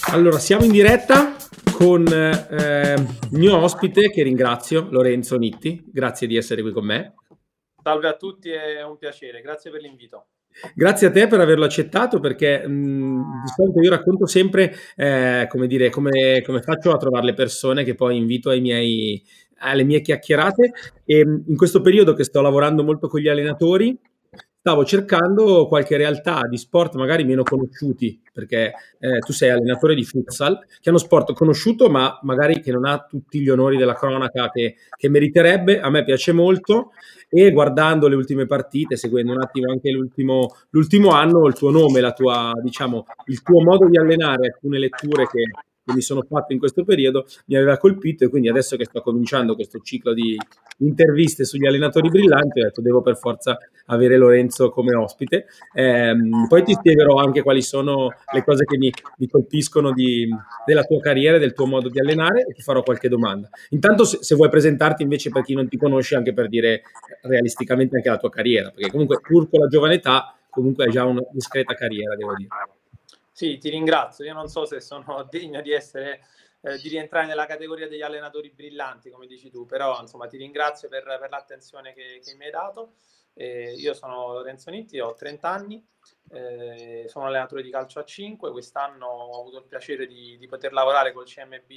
Allora, siamo in diretta con il mio ospite, che ringrazio, Lorenzo Nitti. Grazie di essere qui con me. Salve a tutti, è un piacere, grazie per l'invito. Grazie a te per averlo accettato perché di solito io racconto sempre come dire, come faccio a trovare le persone che poi invito alle mie chiacchierate e in questo periodo che sto lavorando molto con gli allenatori stavo cercando qualche realtà di sport magari meno conosciuti perché tu sei allenatore di futsal, che è uno sport conosciuto ma magari che non ha tutti gli onori della cronaca che meriterebbe. A me piace molto e guardando le ultime partite, seguendo un attimo anche l'ultimo anno, il tuo nome, diciamo, il tuo modo di allenare, alcune letture che mi sono fatte in questo periodo, mi aveva colpito e quindi adesso che sto cominciando questo ciclo di interviste sugli allenatori brillanti, ho detto devo per forza avere Lorenzo come ospite. Poi ti spiegherò anche quali sono le cose che mi colpiscono della tua carriera e del tuo modo di allenare e ti farò qualche domanda. Intanto se vuoi presentarti invece per chi non ti conosce, anche per dire realisticamente anche la tua carriera, perché comunque pur con la giovane età comunque hai già una discreta carriera, devo dire. Sì, ti ringrazio. Io non so se sono degno di rientrare nella categoria degli allenatori brillanti, come dici tu, però insomma ti ringrazio per l'attenzione che mi hai dato. Io sono Lorenzo Nitti, ho 30 anni, sono allenatore di calcio a 5. Quest'anno ho avuto il piacere di poter lavorare col CMB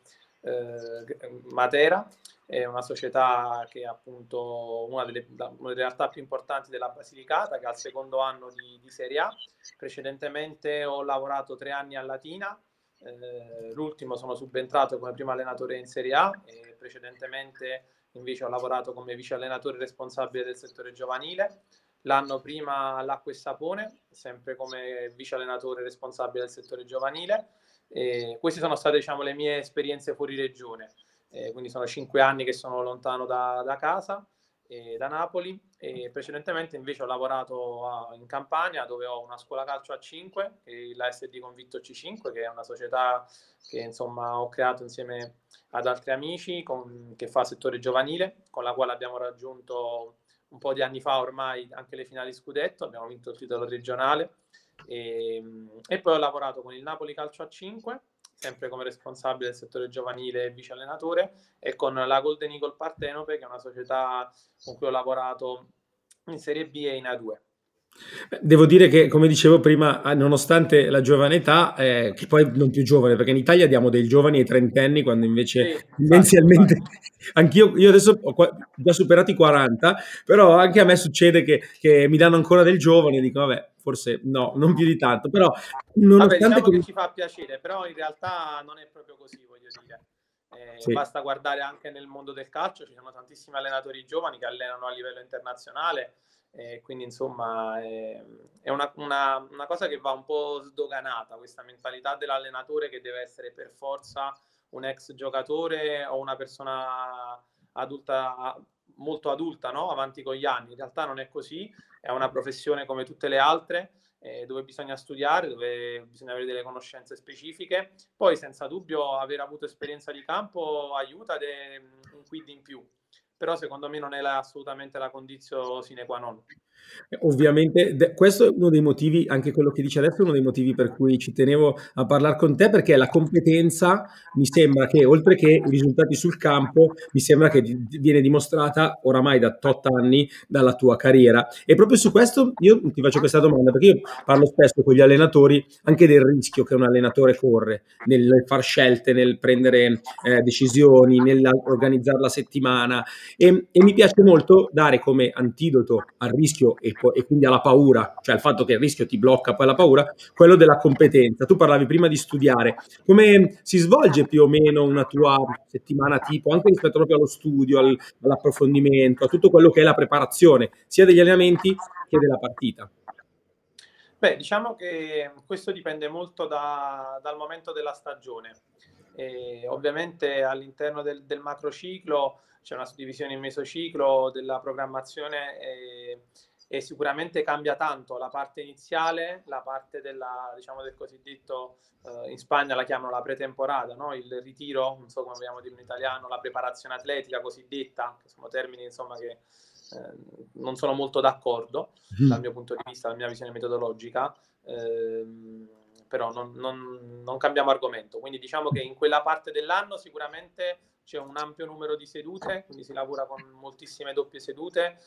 Matera. È una società che è appunto una delle realtà più importanti della Basilicata, che ha il secondo anno di Serie A. Precedentemente ho lavorato 3 anni a Latina, l'ultimo sono subentrato come primo allenatore in Serie A e precedentemente invece ho lavorato come vice allenatore responsabile del settore giovanile. L'anno prima all'Acqua e Sapone, sempre come vice allenatore responsabile del settore giovanile. E queste sono state, diciamo, le mie esperienze fuori regione. Quindi sono 5 anni che sono lontano da casa, da Napoli, e precedentemente invece ho lavorato in Campania, dove ho una scuola calcio a 5, la SD Convitto C5, che è una società che insomma ho creato insieme ad altri amici che fa settore giovanile, con la quale abbiamo raggiunto un po' di anni fa ormai anche le finali scudetto, abbiamo vinto il titolo regionale. E poi ho lavorato con il Napoli Calcio a 5, sempre come responsabile del settore giovanile e vice allenatore, e con la Golden Eagle Partenope, che è una società con cui ho lavorato in Serie B e in A2. Devo dire che, come dicevo prima, nonostante la giovane età, che poi non più giovane, perché in Italia diamo dei giovani ai trentenni, quando invece Sì, infatti, tendenzialmente, infatti. io adesso ho già superato i 40, però anche a me succede che mi danno ancora del giovane e dico, vabbè, forse no, non più di tanto, però Vabbè, nonostante... diciamo che ci fa piacere, però in realtà non è proprio così, voglio dire. Sì. Basta guardare anche nel mondo del calcio, ci sono tantissimi allenatori giovani che allenano a livello internazionale, quindi insomma è una cosa che va un po' sdoganata, questa mentalità dell'allenatore che deve essere per forza un ex giocatore o una persona adulta, molto adulta, no? Avanti con gli anni. In realtà non è così, è una professione come tutte le altre, dove bisogna studiare, dove bisogna avere delle conoscenze specifiche. Poi senza dubbio aver avuto esperienza di campo aiuta ed è un quid in più, però secondo me non è assolutamente la condizione sine qua non. Ovviamente, questo è uno dei motivi, anche quello che dici adesso è uno dei motivi per cui ci tenevo a parlare con te, perché la competenza mi sembra che, oltre che i risultati sul campo, mi sembra che viene dimostrata oramai da tot anni dalla tua carriera. E proprio su questo io ti faccio questa domanda, perché io parlo spesso con gli allenatori anche del rischio che un allenatore corre nel far scelte, nel prendere decisioni, nell'organizzare la settimana. E mi piace molto dare come antidoto al rischio e quindi alla paura, cioè al fatto che il rischio ti blocca poi la paura, quello della competenza. Tu parlavi prima di studiare. Come si svolge più o meno una tua settimana tipo, anche rispetto proprio allo studio, all'approfondimento, a tutto quello che è la preparazione, sia degli allenamenti che della partita? Beh, diciamo che questo dipende molto dal momento della stagione. Ovviamente all'interno del macrociclo c'è una suddivisione in mesociclo della programmazione, e sicuramente cambia tanto la parte iniziale, la parte diciamo, del cosiddetto, in Spagna la chiamano la pretemporada, no? Il ritiro, non so come vogliamo dire in italiano, la preparazione atletica cosiddetta, che sono termini insomma che non sono molto d'accordo dal mio punto di vista, dalla mia visione metodologica, però non cambiamo argomento. Quindi diciamo che in quella parte dell'anno sicuramente c'è un ampio numero di sedute, quindi si lavora con moltissime doppie sedute,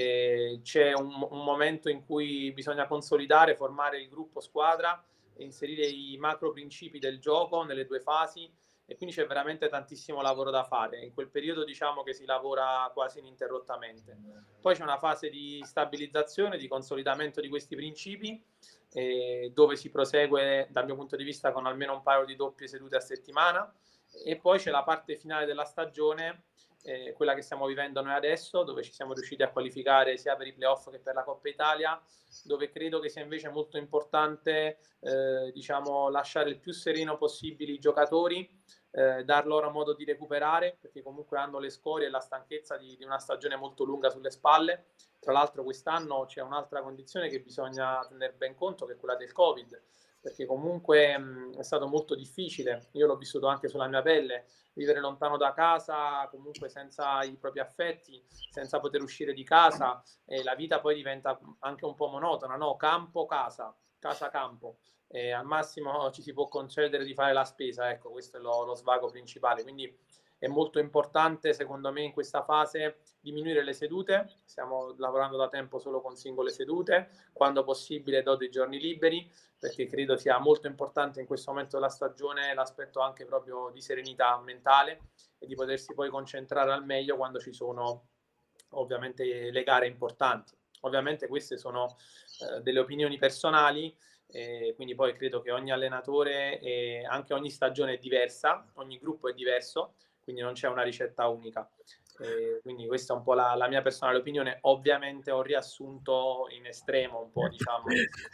c'è un momento in cui bisogna consolidare, formare il gruppo squadra, inserire i macro principi del gioco nelle due fasi, e quindi c'è veramente tantissimo lavoro da fare. In quel periodo diciamo che si lavora quasi ininterrottamente. Poi c'è una fase di stabilizzazione, di consolidamento di questi principi, dove si prosegue dal mio punto di vista con almeno un paio di doppie sedute a settimana, e poi c'è la parte finale della stagione, quella che stiamo vivendo noi adesso, dove ci siamo riusciti a qualificare sia per i playoff che per la Coppa Italia, dove credo che sia invece molto importante diciamo, lasciare il più sereno possibile i giocatori, dar loro modo di recuperare, perché comunque hanno le scorie e la stanchezza di una stagione molto lunga sulle spalle. Tra l'altro quest'anno c'è un'altra condizione che bisogna tenere ben conto, che è quella del Covid, perché comunque è stato molto difficile, io l'ho vissuto anche sulla mia pelle, vivere lontano da casa, comunque senza i propri affetti, senza poter uscire di casa, e la vita poi diventa anche un po' monotona, no? Campo, casa, casa, campo. Al massimo ci si può concedere di fare la spesa, ecco, questo è lo svago principale, quindi è molto importante secondo me in questa fase diminuire le sedute, stiamo lavorando da tempo solo con singole sedute, quando possibile do dei giorni liberi, perché credo sia molto importante in questo momento della stagione l'aspetto anche proprio di serenità mentale e di potersi poi concentrare al meglio quando ci sono ovviamente le gare importanti. Ovviamente queste sono delle opinioni personali, quindi poi credo che ogni allenatore e anche ogni stagione è diversa, ogni gruppo è diverso, quindi non c'è una ricetta unica. Quindi questa è un po' la mia personale opinione. Ovviamente ho riassunto in estremo un po', diciamo.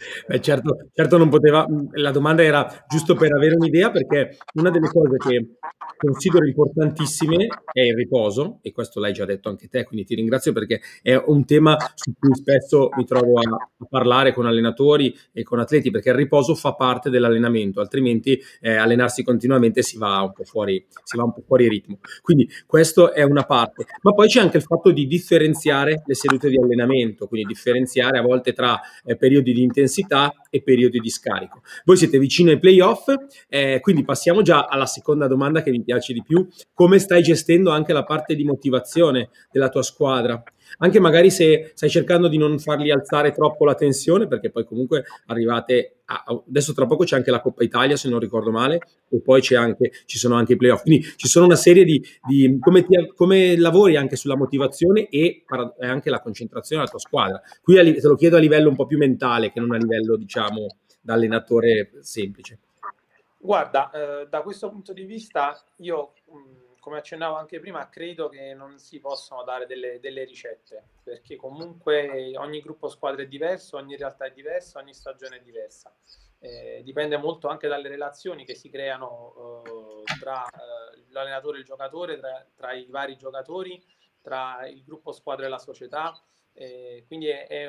Certo non poteva, la domanda era giusto per avere un'idea, perché una delle cose che considero importantissime è il riposo, e questo l'hai già detto anche te, quindi ti ringrazio, perché è un tema su cui spesso mi trovo a parlare con allenatori e con atleti, perché il riposo fa parte dell'allenamento, altrimenti allenarsi continuamente si va un po' fuori ritmo. Quindi questo è una parte, ma poi c'è anche il fatto di differenziare le sedute di allenamento, quindi differenziare a volte tra periodi di intensità e periodi di scarico. Voi siete vicino ai playoff, quindi passiamo già alla seconda domanda che mi piace di più: come stai gestendo anche la parte di motivazione della tua squadra? Anche magari se stai cercando di non fargli alzare troppo la tensione, perché poi comunque arrivate adesso tra poco c'è anche la Coppa Italia, se non ricordo male, e poi ci sono anche i playoff, quindi ci sono una serie di come lavori anche sulla motivazione e anche la concentrazione della tua squadra. Qui te lo chiedo a livello un po' più mentale, che non a livello, diciamo, da allenatore semplice. Guarda, da questo punto di vista io, come accennavo anche prima, credo che non si possono dare delle ricette, perché comunque ogni gruppo squadra è diverso, ogni realtà è diversa, ogni stagione è diversa. Dipende molto anche dalle relazioni che si creano tra l'allenatore e il giocatore, tra i vari giocatori, tra il gruppo squadra e la società. Quindi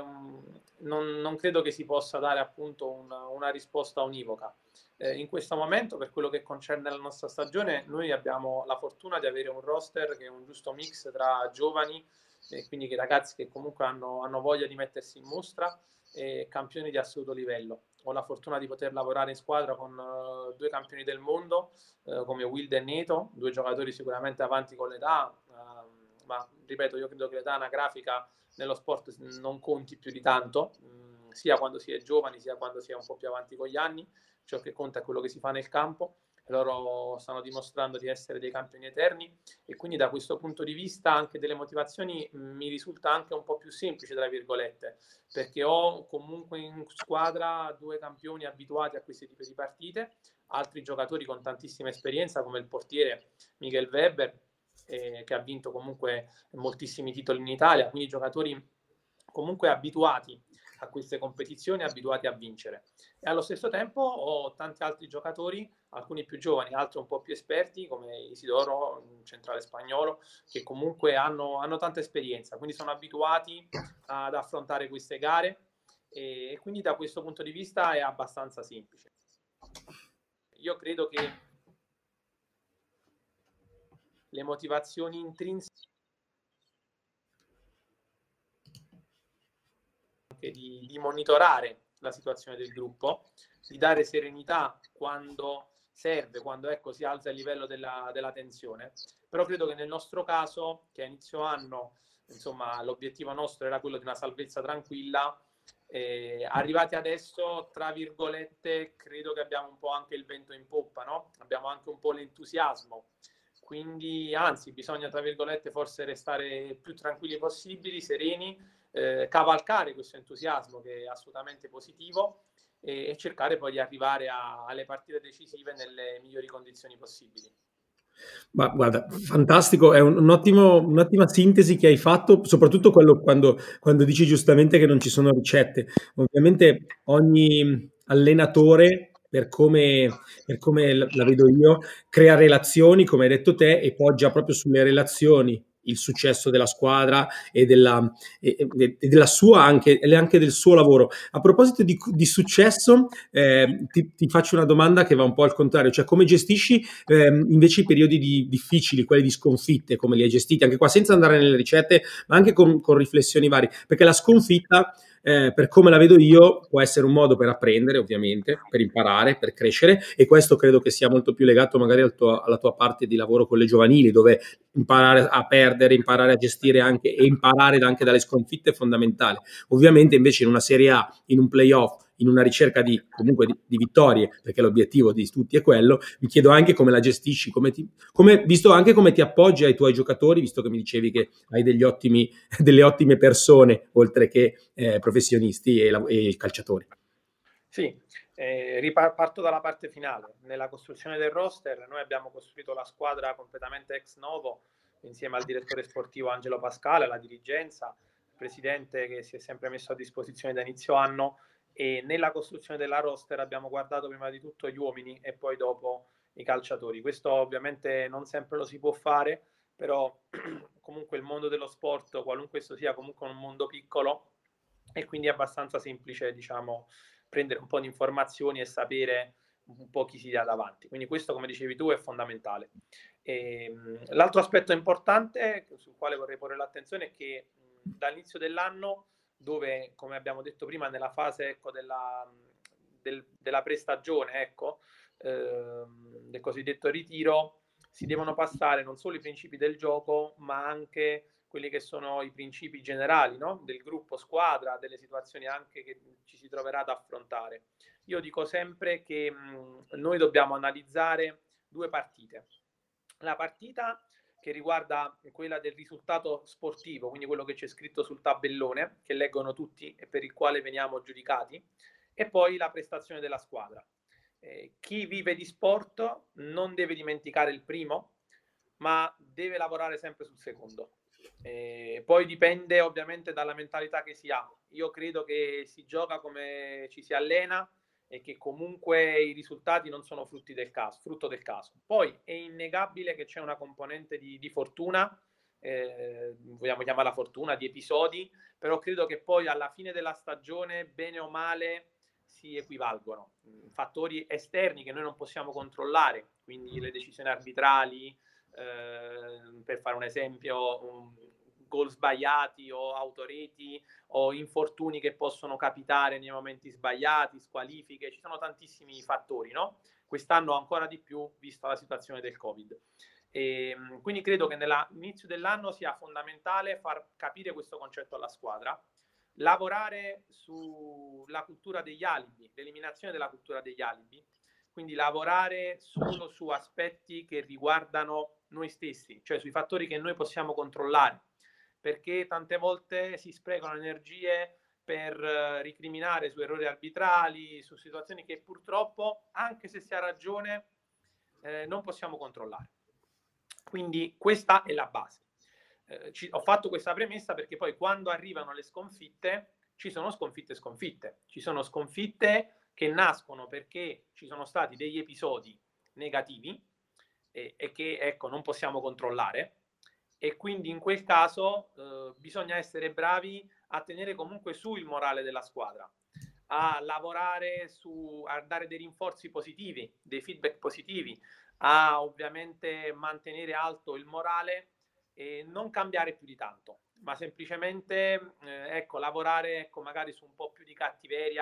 non credo che si possa dare appunto una risposta univoca. In questo momento, per quello che concerne la nostra stagione, noi abbiamo la fortuna di avere un roster che è un giusto mix tra giovani, quindi che ragazzi che comunque hanno voglia di mettersi in mostra, e campioni di assoluto livello. Ho la fortuna di poter lavorare in squadra con due campioni del mondo come Wilde e Neto, due giocatori sicuramente avanti con l'età, ma ripeto, io credo che l'età anagrafica nello sport non conti più di tanto, sia quando si è giovani sia quando si è un po' più avanti con gli anni. Ciò che conta è quello che si fa nel campo, e loro stanno dimostrando di essere dei campioni eterni, e quindi da questo punto di vista anche delle motivazioni mi risulta anche un po' più semplice, tra virgolette, perché ho comunque in squadra due campioni abituati a questi tipi di partite, altri giocatori con tantissima esperienza come il portiere Miguel Weber, che ha vinto comunque moltissimi titoli in Italia, quindi giocatori comunque abituati a queste competizioni, abituati a vincere. E allo stesso tempo ho tanti altri giocatori, alcuni più giovani, altri un po' più esperti, come Isidoro, un centrale spagnolo, che comunque hanno tanta esperienza, quindi sono abituati ad affrontare queste gare, e quindi da questo punto di vista è abbastanza semplice. Io credo che le motivazioni intrinseche di monitorare la situazione del gruppo, di dare serenità quando serve, quando ecco, si alza il livello della tensione. Però credo che nel nostro caso, che a inizio anno, insomma, l'obiettivo nostro era quello di una salvezza tranquilla, arrivati adesso, tra virgolette, credo che abbiamo un po' anche il vento in poppa, no? Abbiamo anche un po' l'entusiasmo. Quindi, anzi, bisogna, tra virgolette, forse restare più tranquilli possibili, sereni, cavalcare questo entusiasmo che è assolutamente positivo e cercare poi di arrivare alle partite decisive nelle migliori condizioni possibili. Ma guarda, fantastico, è un'ottima sintesi che hai fatto, soprattutto quello quando dici giustamente che non ci sono ricette. Ovviamente ogni allenatore, per come la vedo io, crea relazioni, come hai detto te, e poggia proprio sulle relazioni il successo della squadra e della sua anche del suo lavoro. A proposito di successo, ti faccio una domanda che va un po' al contrario, cioè come gestisci invece i periodi difficili, quelli di sconfitte, come li hai gestiti, anche qua senza andare nelle ricette, ma anche con riflessioni varie, perché la sconfitta, per come la vedo io, può essere un modo per apprendere, ovviamente, per imparare, per crescere, e questo credo che sia molto più legato magari alla tua parte di lavoro con le giovanili, dove imparare a perdere, imparare a gestire anche e imparare anche dalle sconfitte è fondamentale. Ovviamente invece in una Serie A, in un playoff, in una ricerca comunque di vittorie, perché l'obiettivo di tutti è quello, mi chiedo anche come la gestisci, visto anche come ti appoggi ai tuoi giocatori, visto che mi dicevi che hai delle ottime persone, oltre che professionisti e calciatori. Sì, parto dalla parte finale. Nella costruzione del roster noi abbiamo costruito la squadra completamente ex novo insieme al direttore sportivo Angelo Pascale, alla dirigenza, il presidente che si è sempre messo a disposizione da inizio anno, e nella costruzione della roster abbiamo guardato prima di tutto gli uomini e poi dopo i calciatori. Questo ovviamente non sempre lo si può fare, però comunque il mondo dello sport, qualunque esso sia, comunque è un mondo piccolo e quindi è abbastanza semplice, diciamo, prendere un po' di informazioni e sapere un po' chi si dà davanti. Quindi questo, come dicevi tu, è fondamentale. L'altro aspetto importante sul quale vorrei porre l'attenzione è che dall'inizio dell'anno, dove, come abbiamo detto prima, nella fase ecco, della prestagione, ecco, del cosiddetto ritiro, si devono passare non solo i principi del gioco, ma anche quelli che sono i principi generali, no? Del gruppo squadra, delle situazioni anche che ci si troverà ad affrontare. Io dico sempre che noi dobbiamo analizzare due partite. La partita che riguarda quella del risultato sportivo, quindi quello che c'è scritto sul tabellone, che leggono tutti e per il quale veniamo giudicati, e poi la prestazione della squadra. Chi vive di sport non deve dimenticare il primo, ma deve lavorare sempre sul secondo. Poi dipende ovviamente dalla mentalità che si ha. Io credo che si gioca come ci si allena e che comunque i risultati non sono frutto del caso. Poi è innegabile che c'è una componente di fortuna, vogliamo chiamarla fortuna, di episodi, però credo che poi alla fine della stagione, bene o male, si equivalgono. Fattori esterni che noi non possiamo controllare, quindi le decisioni arbitrali, per fare un esempio, gol sbagliati o autoreti o infortuni che possono capitare nei momenti sbagliati, squalifiche, ci sono tantissimi fattori, no? Quest'anno ancora di più vista la situazione del Covid. Quindi credo che nell'inizio dell'anno sia fondamentale far capire questo concetto alla squadra, lavorare sulla cultura degli alibi, l'eliminazione della cultura degli alibi, quindi lavorare solo su aspetti che riguardano noi stessi, cioè sui fattori che noi possiamo controllare, perché tante volte si sprecano energie per ricriminare su errori arbitrali, su situazioni che purtroppo, anche se si ha ragione, non possiamo controllare. Quindi questa è la base. Ho fatto questa premessa perché poi quando arrivano le sconfitte, ci sono sconfitte. Ci sono sconfitte che nascono perché ci sono stati degli episodi negativi e che ecco non possiamo controllare, e quindi in quel caso bisogna essere bravi a tenere comunque su il morale della squadra, a lavorare a dare dei rinforzi positivi, dei feedback positivi, a ovviamente mantenere alto il morale e non cambiare più di tanto, ma semplicemente ecco, lavorare ecco, magari su un po' più di cattiveria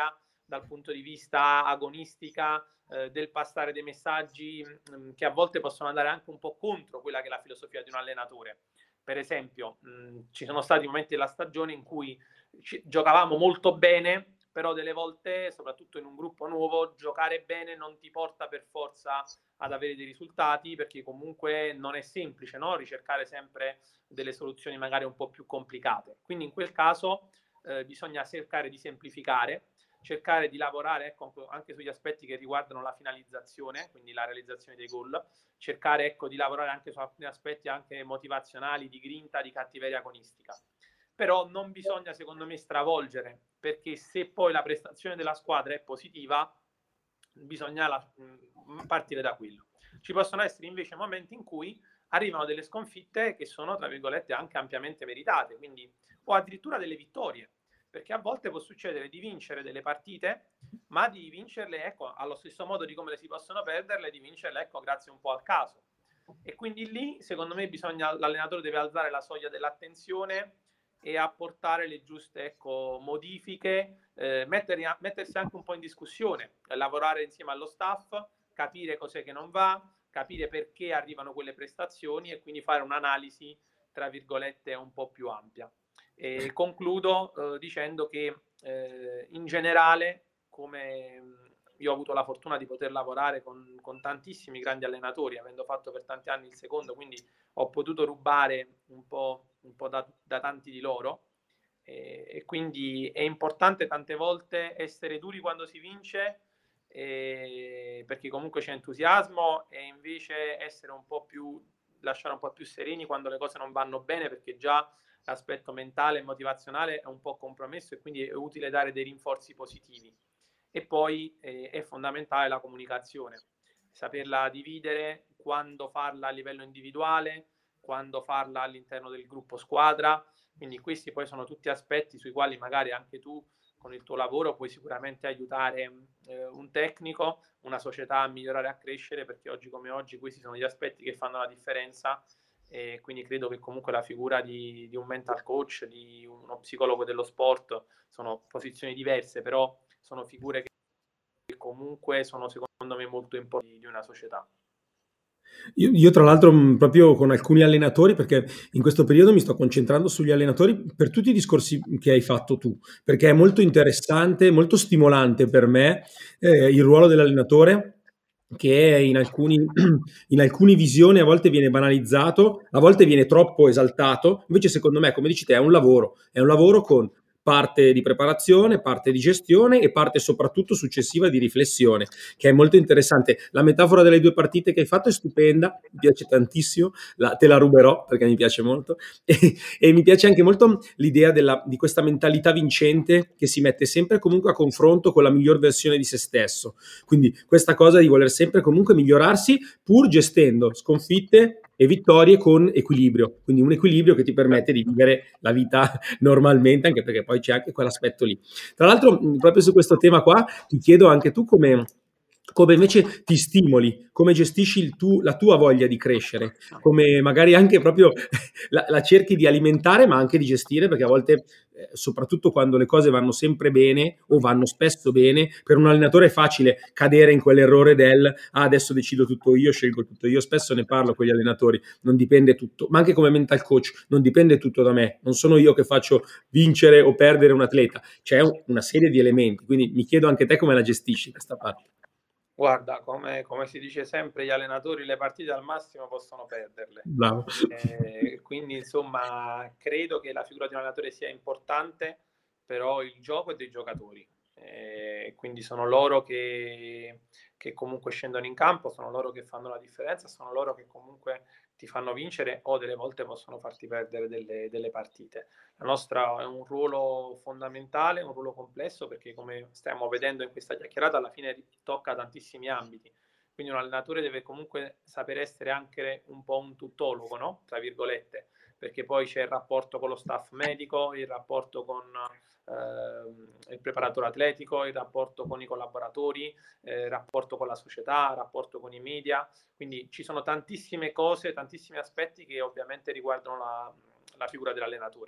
dal punto di vista agonistica, del passare dei messaggi che a volte possono andare anche un po' contro quella che è la filosofia di un allenatore. Per esempio, ci sono stati momenti della stagione in cui giocavamo molto bene, però delle volte, soprattutto in un gruppo nuovo, giocare bene non ti porta per forza ad avere dei risultati, perché comunque non è semplice, no? Ricercare sempre delle soluzioni magari un po' più complicate. Quindi in quel caso bisogna cercare di semplificare, cercare di lavorare, ecco, anche sugli aspetti che riguardano la finalizzazione, quindi la realizzazione dei gol, cercare, ecco, di lavorare anche su alcuni aspetti anche motivazionali, di grinta, di cattiveria agonistica. Però non bisogna, secondo me, stravolgere, perché se poi la prestazione della squadra è positiva, bisogna partire da quello. Ci possono essere invece momenti in cui arrivano delle sconfitte che sono, tra virgolette, anche ampiamente meritate, quindi, o addirittura delle vittorie, perché a volte può succedere di vincere delle partite, ma di vincerle, ecco, allo stesso modo di come le si possono perderle, di vincerle, ecco, grazie un po' al caso. E quindi lì, secondo me, l'allenatore deve alzare la soglia dell'attenzione e apportare le giuste, ecco, modifiche, mettersi anche un po' in discussione, lavorare insieme allo staff, capire cos'è che non va, capire perché arrivano quelle prestazioni e quindi fare un'analisi, tra virgolette, un po' più ampia. E concludo dicendo che in generale, come io ho avuto la fortuna di poter lavorare con tantissimi grandi allenatori, avendo fatto per tanti anni il secondo, quindi ho potuto rubare un po' da tanti di loro, e quindi è importante tante volte essere duri quando si vince, perché comunque c'è entusiasmo, e invece lasciare un po' più sereni quando le cose non vanno bene, perché già l'aspetto mentale e motivazionale è un po' compromesso, e quindi è utile dare dei rinforzi positivi. E poi è fondamentale la comunicazione, saperla dividere, quando farla a livello individuale, quando farla all'interno del gruppo squadra. Quindi questi poi sono tutti aspetti sui quali magari anche tu con il tuo lavoro puoi sicuramente aiutare un tecnico, una società a migliorare, a crescere, perché oggi come oggi questi sono gli aspetti che fanno la differenza. E quindi credo che comunque la figura di un mental coach, di uno psicologo dello sport, sono posizioni diverse, però sono figure che comunque sono, secondo me, molto importanti di una società. Io tra l'altro proprio con alcuni allenatori, perché in questo periodo mi sto concentrando sugli allenatori per tutti i discorsi che hai fatto tu, perché è molto interessante, molto stimolante per me il ruolo dell'allenatore, che in alcuni visioni a volte viene banalizzato, a volte viene troppo esaltato. Invece secondo me, come dici te, è un lavoro con parte di preparazione, parte di gestione e parte soprattutto successiva di riflessione, che è molto interessante. La metafora delle due partite che hai fatto è stupenda, mi piace tantissimo, te la ruberò perché mi piace molto, e mi piace anche molto l'idea di questa mentalità vincente che si mette sempre comunque a confronto con la miglior versione di se stesso. Quindi questa cosa di voler sempre comunque migliorarsi, pur gestendo sconfitte e vittorie con equilibrio, quindi un equilibrio che ti permette di vivere la vita normalmente, anche perché poi c'è anche quell'aspetto lì. Tra l'altro, proprio su questo tema qua, ti chiedo anche tu come invece ti stimoli, come gestisci la tua voglia di crescere, come magari anche proprio la cerchi di alimentare, ma anche di gestire, perché a volte, soprattutto quando le cose vanno sempre bene o vanno spesso bene, per un allenatore è facile cadere in quell'errore adesso decido tutto io, scelgo tutto io. Spesso ne parlo con gli allenatori, non dipende tutto, ma anche come mental coach, non dipende tutto da me, non sono io che faccio vincere o perdere un atleta, c'è una serie di elementi, quindi mi chiedo anche te come la gestisci questa parte. Guarda, come si dice sempre, gli allenatori le partite al massimo possono perderle. Bravo. Quindi insomma credo che la figura di un allenatore sia importante, però il gioco è dei giocatori. Quindi sono loro che comunque scendono in campo, sono loro che fanno la differenza, sono loro che comunque ti fanno vincere o delle volte possono farti perdere delle partite. La nostra è un ruolo fondamentale, un ruolo complesso, perché come stiamo vedendo in questa chiacchierata alla fine tocca tantissimi ambiti. Quindi un allenatore deve comunque saper essere anche un po' un tuttologo, no? Tra virgolette, perché poi c'è il rapporto con lo staff medico, il rapporto con il preparatore atletico, il rapporto con i collaboratori, il rapporto con la società, il rapporto con i media. Quindi ci sono tantissime cose, tantissimi aspetti che ovviamente riguardano la figura dell'allenatore.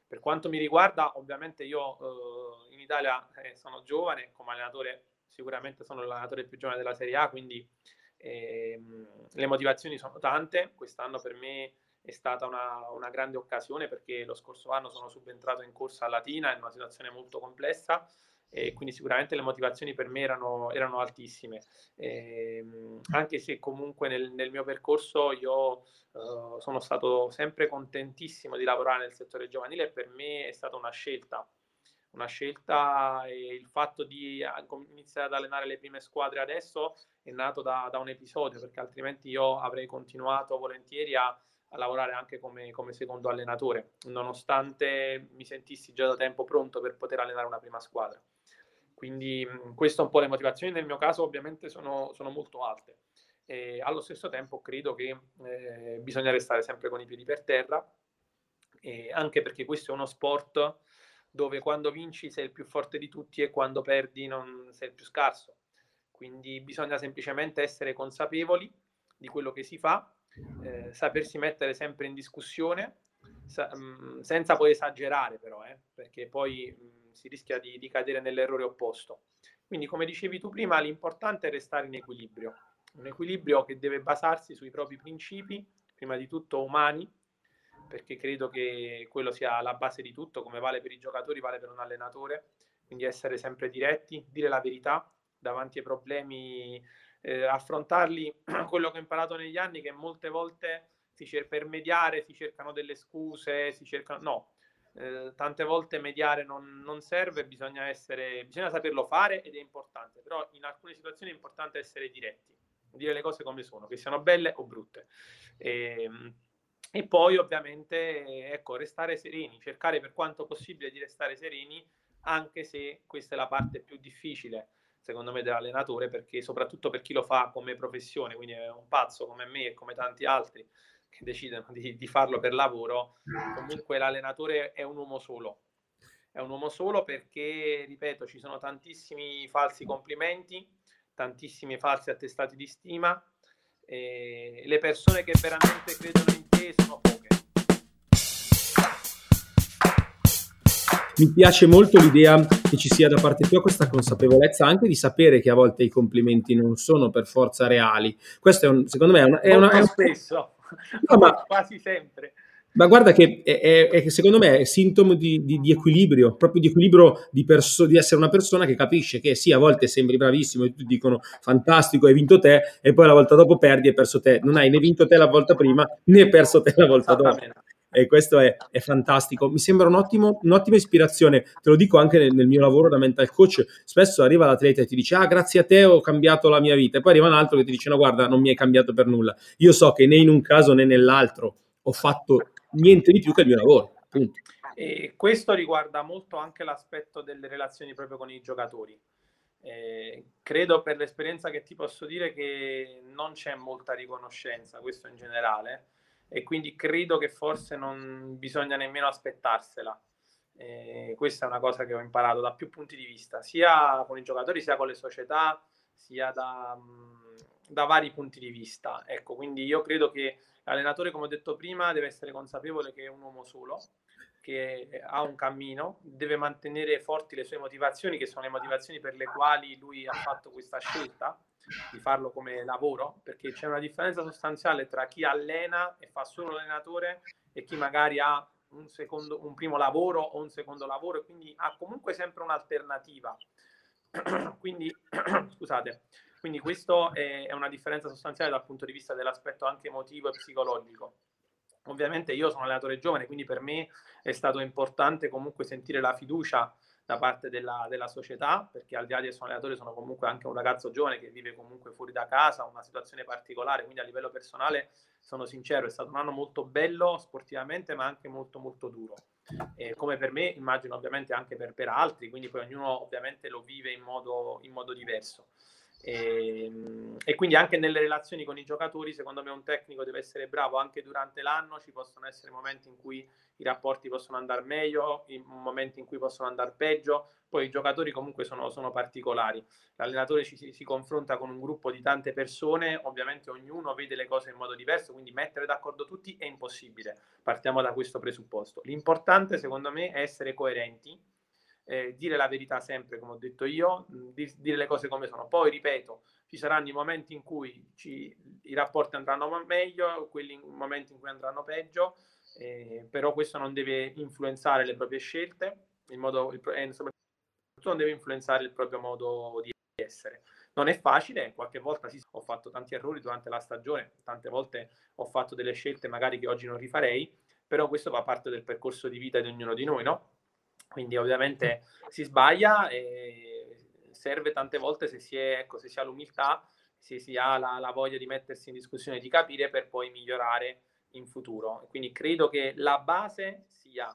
Per quanto mi riguarda, ovviamente io in Italia sono giovane, come allenatore sicuramente sono l'allenatore più giovane della Serie A, quindi le motivazioni sono tante. Quest'anno per me è stata una grande occasione, perché lo scorso anno sono subentrato in corsa a Latina in una situazione molto complessa, e quindi sicuramente le motivazioni per me erano altissime, anche se comunque nel mio percorso io sono stato sempre contentissimo di lavorare nel settore giovanile, e per me è stata una scelta, e il fatto di iniziare ad allenare le prime squadre adesso è nato da un episodio, perché altrimenti io avrei continuato volentieri a lavorare anche come secondo allenatore, nonostante mi sentissi già da tempo pronto per poter allenare una prima squadra. Quindi questo è un po' le motivazioni. Nel mio caso ovviamente sono molto alte, e allo stesso tempo credo che bisogna restare sempre con i piedi per terra, anche perché questo è uno sport dove quando vinci sei il più forte di tutti, e quando perdi non sei il più scarso. Quindi bisogna semplicemente essere consapevoli di quello che si fa, sapersi mettere sempre in discussione, senza poi esagerare però, perché poi si rischia di cadere nell'errore opposto. Quindi, come dicevi tu prima, l'importante è restare in equilibrio, un equilibrio che deve basarsi sui propri principi, prima di tutto umani, perché credo che quello sia la base di tutto, come vale per i giocatori, vale per un allenatore. Quindi essere sempre diretti, dire la verità davanti ai problemi, affrontarli. Quello che ho imparato negli anni, che molte volte per mediare si cercano delle scuse, no, tante volte mediare non serve, bisogna saperlo fare, ed è importante, però in alcune situazioni è importante essere diretti, dire le cose come sono, che siano belle o brutte. E poi ovviamente, ecco, restare sereni, cercare per quanto possibile di restare sereni, anche se questa è la parte più difficile, secondo me, dell'allenatore, perché soprattutto per chi lo fa come professione, quindi è un pazzo come me e come tanti altri che decidono di farlo per lavoro, comunque l'allenatore è un uomo solo. È un uomo solo perché, ripeto, ci sono tantissimi falsi complimenti, tantissimi falsi attestati di stima, e le persone che veramente credono in te sono poche. Mi piace molto l'idea che ci sia da parte tua questa consapevolezza anche di sapere che a volte i complimenti non sono per forza reali. Questo secondo me molto spesso, no, ma quasi sempre. Ma guarda che secondo me è sintomo di equilibrio, proprio di equilibrio di essere una persona che capisce che sì, a volte sembri bravissimo e tutti dicono fantastico, hai vinto te, e poi la volta dopo perdi e hai perso te. Non hai né vinto te la volta prima né perso te la volta dopo. E questo è fantastico. Mi sembra un'ottima ispirazione. Te lo dico anche nel mio lavoro da mental coach. Spesso arriva l'atleta e ti dice: ah, grazie a te ho cambiato la mia vita. E poi arriva un altro che ti dice: no, guarda, non mi hai cambiato per nulla. Io so che né in un caso né nell'altro ho fatto niente di più che il mio lavoro, punto. E questo riguarda molto anche l'aspetto delle relazioni proprio con i giocatori. Credo, per l'esperienza che ti posso dire, che non c'è molta riconoscenza, questo in generale, e quindi credo che forse non bisogna nemmeno aspettarsela. Questa è una cosa che ho imparato da più punti di vista, sia con i giocatori, sia con le società, sia da vari punti di vista. Ecco, quindi io credo che l'allenatore, come ho detto prima, deve essere consapevole che è un uomo solo, che ha un cammino, deve mantenere forti le sue motivazioni, che sono le motivazioni per le quali lui ha fatto questa scelta di farlo come lavoro, perché c'è una differenza sostanziale tra chi allena e fa solo l'allenatore e chi magari ha un primo lavoro o un secondo lavoro, e quindi ha comunque sempre un'alternativa. Quindi, scusate, quindi questo è una differenza sostanziale dal punto di vista dell'aspetto anche emotivo e psicologico. Ovviamente io sono allenatore giovane, quindi per me è stato importante comunque sentire la fiducia da parte della società, perché al di là di essere un allenatore sono comunque anche un ragazzo giovane che vive comunque fuori da casa, una situazione particolare, quindi a livello personale sono sincero, è stato un anno molto bello sportivamente, ma anche molto molto duro, come per me, immagino ovviamente anche per altri, quindi poi ognuno ovviamente lo vive in modo diverso. E quindi anche nelle relazioni con i giocatori, secondo me un tecnico deve essere bravo anche durante l'anno. Ci possono essere momenti in cui i rapporti possono andare meglio, momenti in cui possono andare peggio. Poi i giocatori comunque sono particolari. L'allenatore si confronta con un gruppo di tante persone, ovviamente ognuno vede le cose in modo diverso, quindi mettere d'accordo tutti è impossibile. Partiamo da questo presupposto. L'importante secondo me è essere coerenti, dire la verità sempre, come ho detto io, dire le cose come sono. Poi, ripeto, ci saranno i momenti in cui i rapporti andranno meglio, quelli momenti in cui andranno peggio, però questo non deve influenzare le proprie scelte, soprattutto non deve influenzare il proprio modo di essere. Non è facile, qualche volta ho fatto tanti errori durante la stagione, tante volte ho fatto delle scelte magari che oggi non rifarei, però questo fa parte del percorso di vita di ognuno di noi, no? Quindi ovviamente si sbaglia e serve tante volte se si ha l'umiltà, se si ha la voglia di mettersi in discussione, di capire per poi migliorare in futuro. Quindi credo che la base sia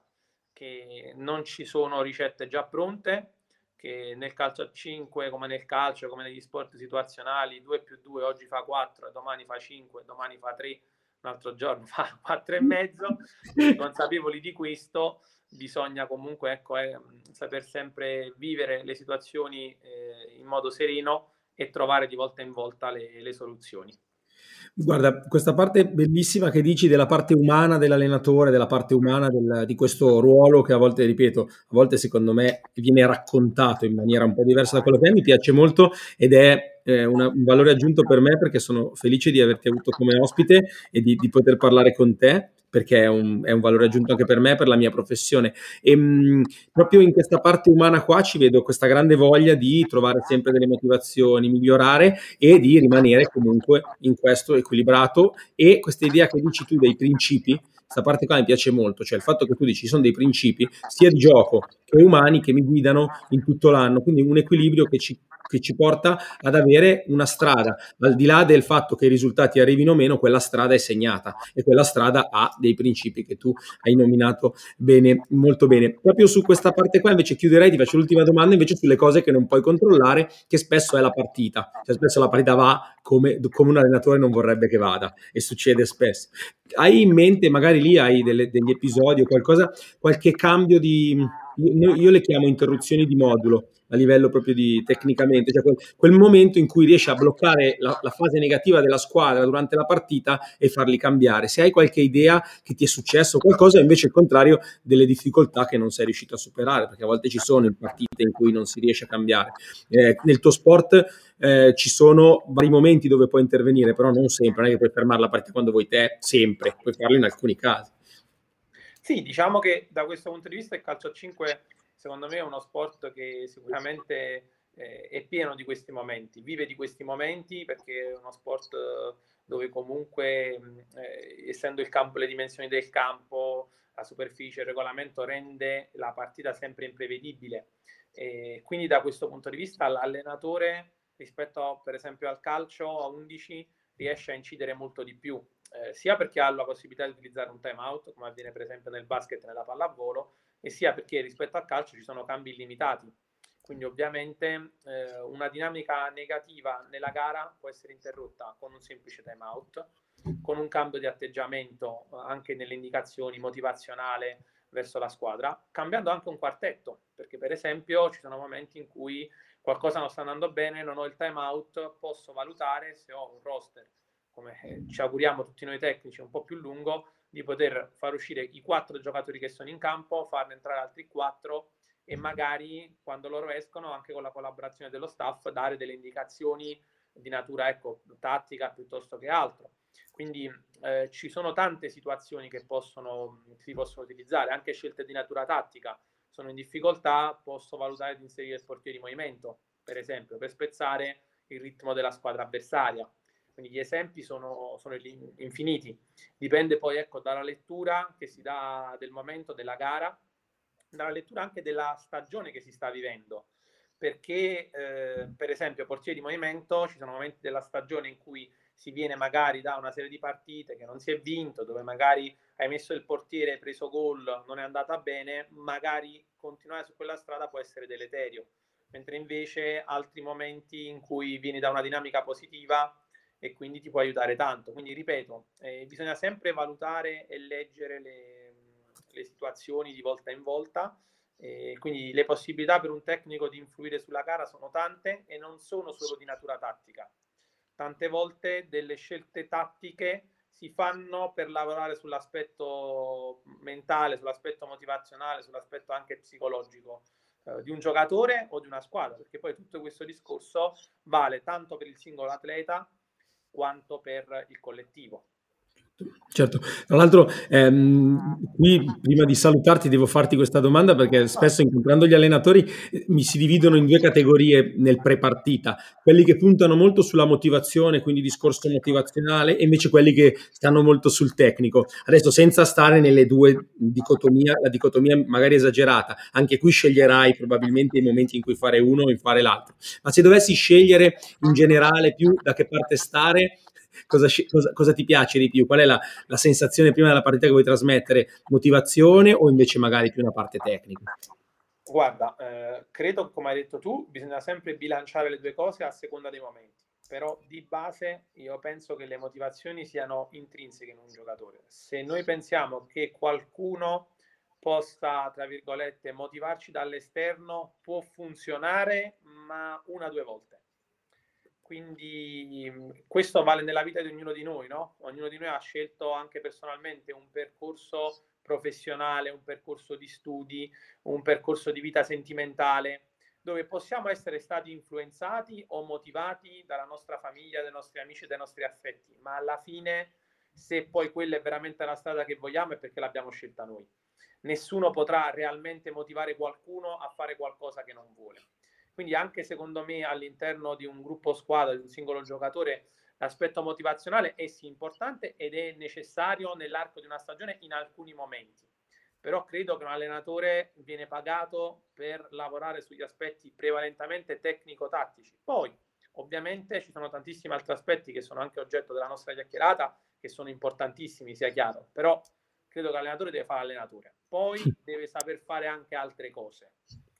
che non ci sono ricette già pronte, che nel calcio a 5, come nel calcio, come negli sport situazionali, 2 più 2 oggi fa 4, domani fa 5, domani fa 3, un altro giorno fa 4 e mezzo. Quindi consapevoli di questo, bisogna comunque saper sempre vivere le situazioni in modo sereno e trovare di volta in volta le soluzioni. Guarda, questa parte bellissima che dici della parte umana dell'allenatore, della parte umana di questo ruolo che a volte, ripeto, a volte secondo me viene raccontato in maniera un po' diversa da quello che è, mi piace molto ed è un valore aggiunto per me perché sono felice di averti avuto come ospite e di poter parlare con te perché è un valore aggiunto anche per me, per la mia professione. E proprio in questa parte umana qua ci vedo questa grande voglia di trovare sempre delle motivazioni, migliorare e di rimanere comunque in questo equilibrato e questa idea che dici tu dei principi, questa parte qua mi piace molto, cioè il fatto che tu dici ci sono dei principi sia di gioco che umani che mi guidano in tutto l'anno, quindi un equilibrio che ci porta ad avere una strada, al di là del fatto che i risultati arrivino o meno, quella strada è segnata e quella strada ha dei principi che tu hai nominato bene, molto bene. Proprio su questa parte qua invece chiuderei, ti faccio l'ultima domanda invece sulle cose che non puoi controllare, che spesso è la partita, cioè spesso la partita va come un allenatore non vorrebbe che vada e succede spesso. Hai in mente, magari lì hai degli episodi o qualcosa, qualche cambio io le chiamo interruzioni di modulo a livello proprio di tecnicamente, cioè quel momento in cui riesci a bloccare la fase negativa della squadra durante la partita e farli cambiare. Se hai qualche idea che ti è successo qualcosa, invece il contrario delle difficoltà che non sei riuscito a superare, perché a volte ci sono in partite in cui non si riesce a cambiare. Nel tuo sport ci sono vari momenti dove puoi intervenire, però non sempre, non è che puoi fermare la partita quando vuoi te, sempre, puoi farlo in alcuni casi. Sì, diciamo che da questo punto di vista il calcio a 5 secondo me è uno sport che sicuramente è pieno di questi momenti, vive di questi momenti perché è uno sport dove comunque essendo il campo, le dimensioni del campo, la superficie, il regolamento rende la partita sempre imprevedibile. Quindi da questo punto di vista l'allenatore rispetto per esempio al calcio a 11 riesce a incidere molto di più, sia perché ha la possibilità di utilizzare un time out, come avviene per esempio nel basket e nella pallavolo, e sia perché rispetto al calcio ci sono cambi illimitati. Quindi ovviamente una dinamica negativa nella gara può essere interrotta con un semplice time out, con un cambio di atteggiamento anche nelle indicazioni motivazionale verso la squadra, cambiando anche un quartetto, perché per esempio ci sono momenti in cui qualcosa non sta andando bene, non ho il time out, posso valutare se ho un roster, come ci auguriamo tutti noi tecnici, un po' più lungo, di poter far uscire i 4 giocatori che sono in campo, farne entrare altri 4 e magari quando loro escono, anche con la collaborazione dello staff, dare delle indicazioni di natura tattica piuttosto che altro. Quindi ci sono tante situazioni che si possono utilizzare, anche scelte di natura tattica. Sono in difficoltà, posso valutare di inserire il portiere di movimento, per esempio, per spezzare il ritmo della squadra avversaria. Quindi gli esempi sono infiniti. Dipende poi dalla lettura che si dà del momento della gara, dalla lettura anche della stagione che si sta vivendo. Perché, per esempio, portiere di movimento, ci sono momenti della stagione in cui si viene magari da una serie di partite che non si è vinto, dove magari hai messo il portiere, hai preso gol, non è andata bene, magari continuare su quella strada può essere deleterio. mentre invece altri momenti in cui vieni da una dinamica positiva e quindi ti può aiutare tanto. Quindi ripeto, bisogna sempre valutare e leggere le situazioni di volta in volta, quindi le possibilità per un tecnico di influire sulla gara sono tante e non sono solo di natura tattica. Tante volte delle scelte tattiche si fanno per lavorare sull'aspetto mentale, sull'aspetto motivazionale, sull'aspetto anche psicologico di un giocatore o di una squadra, perché poi tutto questo discorso vale tanto per il singolo atleta quanto per il collettivo. Certo, tra l'altro qui prima di salutarti devo farti questa domanda perché spesso incontrando gli allenatori mi si dividono in due categorie nel pre-partita, quelli che puntano molto sulla motivazione, quindi discorso motivazionale, e invece quelli che stanno molto sul tecnico. Adesso senza stare nelle due dicotomie, la dicotomia magari esagerata, anche qui sceglierai probabilmente i momenti in cui fare uno o in fare l'altro, ma se dovessi scegliere in generale più da che parte stare, cosa ti piace di più? Qual è la sensazione prima della partita che vuoi trasmettere? Motivazione o invece magari più una parte tecnica? Guarda, credo, come hai detto tu, bisogna sempre bilanciare le due cose a seconda dei momenti. Però di base io penso che le motivazioni siano intrinseche in un giocatore. Se noi pensiamo che qualcuno possa, tra virgolette, motivarci dall'esterno, può funzionare, ma una o due volte. Quindi questo vale nella vita di ognuno di noi, no? Ognuno di noi ha scelto anche personalmente un percorso professionale, un percorso di studi, un percorso di vita sentimentale, dove possiamo essere stati influenzati o motivati dalla nostra famiglia, dai nostri amici, dai nostri affetti, ma alla fine, se poi quella è veramente la strada che vogliamo, è perché l'abbiamo scelta noi. Nessuno potrà realmente motivare qualcuno a fare qualcosa che non vuole. Quindi anche secondo me all'interno di un gruppo squadra, di un singolo giocatore, l'aspetto motivazionale è sì importante ed è necessario nell'arco di una stagione in alcuni momenti. Però credo che un allenatore viene pagato per lavorare sugli aspetti prevalentemente tecnico-tattici. Poi, ovviamente, ci sono tantissimi altri aspetti che sono anche oggetto della nostra chiacchierata, che sono importantissimi, sia chiaro. Però credo che l'allenatore deve fare allenatore. Poi deve saper fare anche altre cose.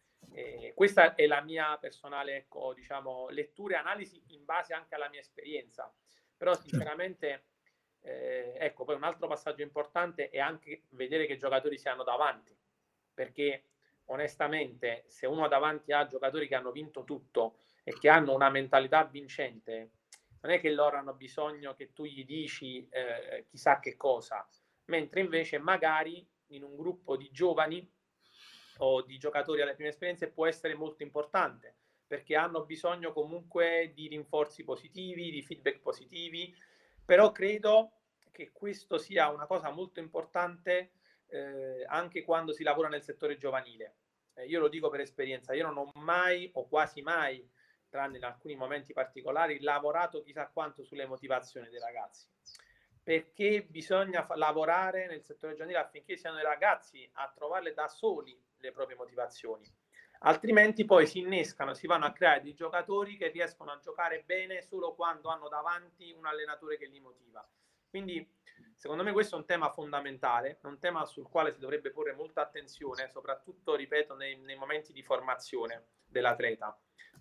Questa è la mia personale, ecco, diciamo, lettura e analisi in base anche alla mia esperienza. Però sinceramente, ecco, poi un altro passaggio importante è anche vedere che giocatori si hanno davanti, perché onestamente se uno davanti ha giocatori che hanno vinto tutto e che hanno una mentalità vincente, non è che loro hanno bisogno che tu gli dici chissà che cosa, mentre invece magari in un gruppo di giovani o di giocatori alle prime esperienze può essere molto importante, perché hanno bisogno comunque di rinforzi positivi, di feedback positivi, però credo che questo sia una cosa molto importante anche quando si lavora nel settore giovanile. Io lo dico per esperienza, io non ho mai o quasi mai, tranne in alcuni momenti particolari, lavorato chissà quanto sulle motivazioni dei ragazzi, perché bisogna lavorare nel settore giovanile affinché siano i ragazzi a trovarle da soli le proprie motivazioni, altrimenti poi si innescano, si vanno a creare dei giocatori che riescono a giocare bene solo quando hanno davanti un allenatore che li motiva. Quindi secondo me questo è un tema fondamentale, un tema sul quale si dovrebbe porre molta attenzione, soprattutto, ripeto, nei momenti di formazione dell'atleta.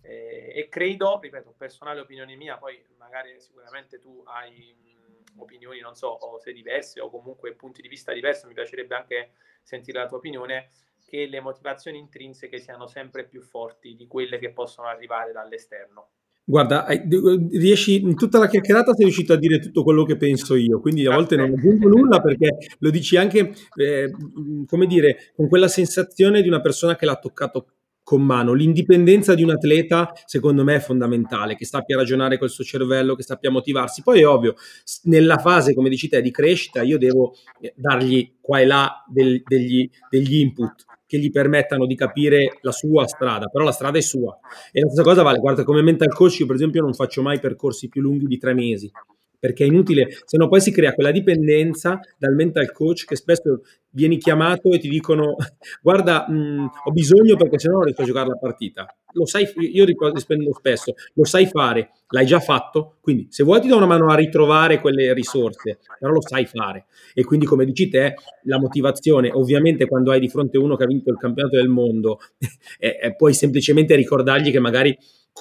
E credo, ripeto, personale opinione mia, poi magari sicuramente tu hai opinioni, non so, o se diverse o comunque punti di vista diversi, mi piacerebbe anche sentire la tua opinione, che le motivazioni intrinseche siano sempre più forti di quelle che possono arrivare dall'esterno. Guarda, riesci in tutta la chiacchierata sei riuscito a dire tutto quello che penso io, quindi a volte non aggiungo nulla perché lo dici anche, come dire, con quella sensazione di una persona che l'ha toccato con mano. L'indipendenza di un atleta, secondo me, è fondamentale, che sappia ragionare col suo cervello, che sappia motivarsi. Poi è ovvio, nella fase, come dici te, di crescita, io devo dargli qua e là degli input che gli permettano di capire la sua strada, però la strada è sua. E la stessa cosa vale, guarda, come mental coach io per esempio non faccio mai percorsi più lunghi di 3 mesi, perché è inutile, se no poi si crea quella dipendenza dal mental coach che spesso vieni chiamato e ti dicono guarda, ho bisogno perché sennò non riesco a giocare la partita. Lo sai, io rispondo spesso, lo sai fare, l'hai già fatto, quindi se vuoi ti do una mano a ritrovare quelle risorse, però lo sai fare. E quindi come dici te, la motivazione, ovviamente quando hai di fronte uno che ha vinto il campionato del mondo, puoi semplicemente ricordargli che magari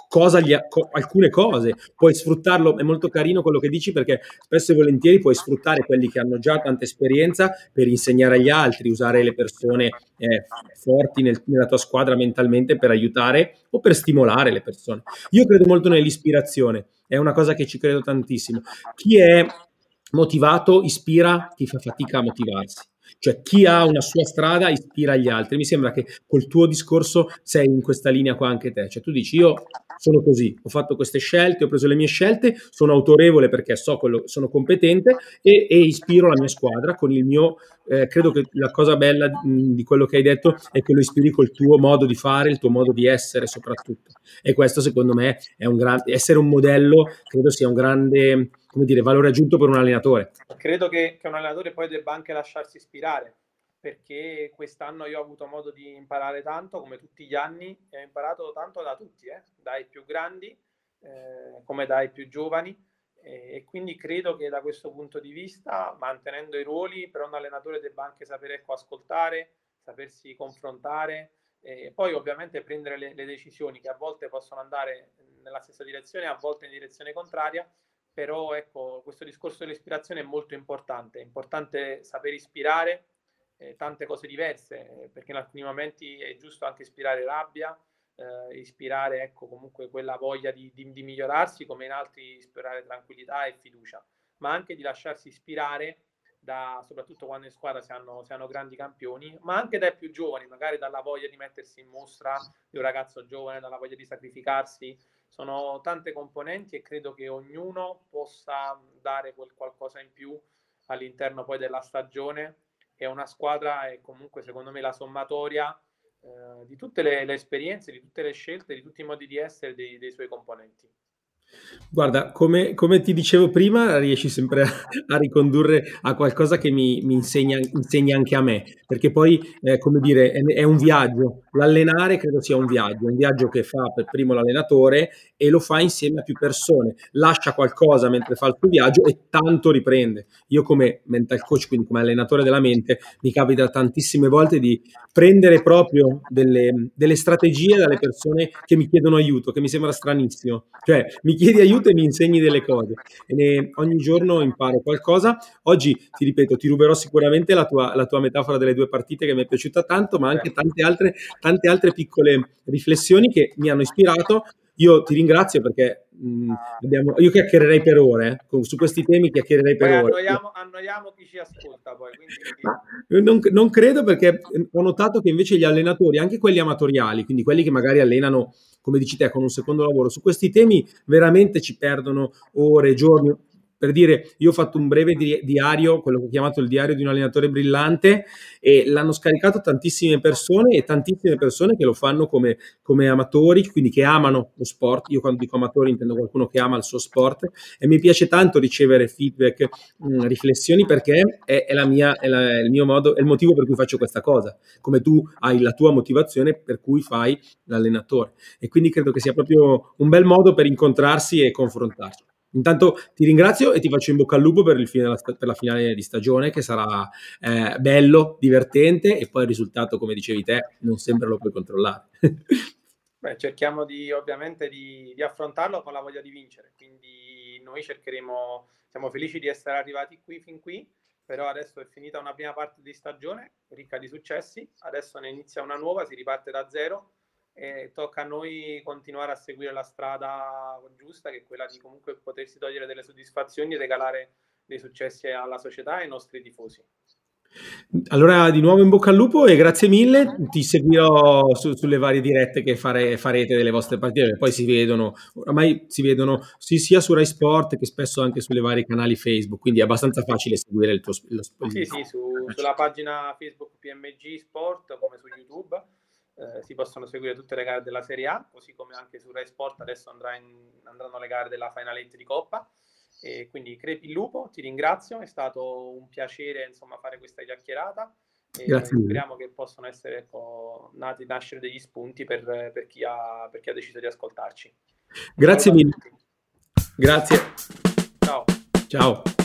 alcune cose puoi sfruttarlo, è molto carino quello che dici perché spesso e volentieri puoi sfruttare quelli che hanno già tanta esperienza per insegnare agli altri, usare le persone forti nella tua squadra mentalmente per aiutare o per stimolare le persone. Io credo molto nell'ispirazione, è una cosa che ci credo tantissimo. Chi è motivato ispira chi fa fatica a motivarsi. Cioè chi ha una sua strada ispira gli altri. Mi sembra che col tuo discorso sei in questa linea qua anche te. Cioè tu dici io sono così, ho fatto queste scelte, ho preso le mie scelte, sono autorevole perché so quello, sono competente e ispiro la mia squadra con il mio credo che la cosa bella di quello che hai detto è che lo ispiri col tuo modo di fare, il tuo modo di essere soprattutto. E questo secondo me è un grande, essere un modello credo sia un grande, come dire, valore aggiunto per un allenatore. Credo che un allenatore poi debba anche lasciarsi ispirare, perché quest'anno io ho avuto modo di imparare tanto, come tutti gli anni, e ho imparato tanto da tutti, dai più grandi come dai più giovani, e quindi credo che da questo punto di vista, mantenendo i ruoli, però un allenatore debba anche sapere ascoltare, sapersi confrontare, e poi ovviamente prendere le decisioni che a volte possono andare nella stessa direzione, a volte in direzione contraria. Però ecco, questo discorso dell'ispirazione è molto importante, è importante saper ispirare tante cose diverse, perché in alcuni momenti è giusto anche ispirare rabbia, ispirare ecco, comunque quella voglia di migliorarsi, come in altri ispirare tranquillità e fiducia, ma anche di lasciarsi ispirare soprattutto quando in squadra si hanno grandi campioni, ma anche dai più giovani, magari dalla voglia di mettersi in mostra di un ragazzo giovane, dalla voglia di sacrificarsi. Sono tante componenti e credo che ognuno possa dare quel qualcosa in più all'interno poi della stagione, e una squadra è comunque secondo me la sommatoria di tutte le esperienze, di tutte le scelte, di tutti i modi di essere dei suoi componenti. Guarda, come ti dicevo prima, riesci sempre a ricondurre a qualcosa che mi insegna anche a me, perché poi, come dire, è un viaggio. L'allenare credo sia un viaggio che fa per primo l'allenatore e lo fa insieme a più persone. Lascia qualcosa mentre fa il suo viaggio e tanto riprende. Io come mental coach, quindi come allenatore della mente, mi capita tantissime volte di prendere proprio delle strategie dalle persone che mi chiedono aiuto, che mi sembra stranissimo. Cioè, mi chiedi aiuto e mi insegni delle cose. Ogni giorno imparo qualcosa. Oggi, ti ripeto, ti ruberò sicuramente la tua metafora delle due partite che mi è piaciuta tanto, ma anche tante altre piccole riflessioni che mi hanno ispirato. Io ti ringrazio perché io chiacchiererei per ore, su questi temi chiacchiererei per Poi ore. annoiamo chi ci ascolta poi, quindi... Ma non credo perché ho notato che invece gli allenatori, anche quelli amatoriali, quindi quelli che magari allenano, come dici te, con un secondo lavoro, su questi temi veramente ci perdono ore, giorni. Per dire, io ho fatto un breve diario, quello che ho chiamato il diario di un allenatore brillante, e l'hanno scaricato tantissime persone e tantissime persone che lo fanno come amatori, quindi che amano lo sport. Io quando dico amatori intendo qualcuno che ama il suo sport e mi piace tanto ricevere feedback, riflessioni perché è il mio modo, è il motivo per cui faccio questa cosa, come tu hai la tua motivazione per cui fai l'allenatore. E quindi credo che sia proprio un bel modo per incontrarsi e confrontarsi. Intanto ti ringrazio e ti faccio in bocca al lupo per per la finale di stagione che sarà bello, divertente e poi il risultato, come dicevi te, non sempre lo puoi controllare. Beh, cerchiamo ovviamente di affrontarlo con la voglia di vincere, quindi noi siamo felici di essere arrivati fin qui, però adesso è finita una prima parte di stagione ricca di successi, adesso ne inizia una nuova, si riparte da zero e tocca a noi continuare a seguire la strada giusta, che è quella di comunque potersi togliere delle soddisfazioni e regalare dei successi alla società e ai nostri tifosi. Allora di nuovo in bocca al lupo e grazie mille, ti seguirò sulle varie dirette che farete delle vostre partite, poi si vedono, oramai si vedono sia su Rai Sport che spesso anche sulle varie canali Facebook, quindi è abbastanza facile seguire il tuo Sì, sulla pagina Facebook PMG Sport come su YouTube si possono seguire tutte le gare della Serie A, così come anche su Rai Sport adesso andranno le gare della Final 8 di Coppa. E quindi crepi il lupo, ti ringrazio, è stato un piacere insomma fare questa chiacchierata e Grazie mille. speriamo che possano essere nascere degli spunti per chi ha deciso di ascoltarci. Un Grazie saluto a mille. tutti. Grazie. Ciao. Ciao.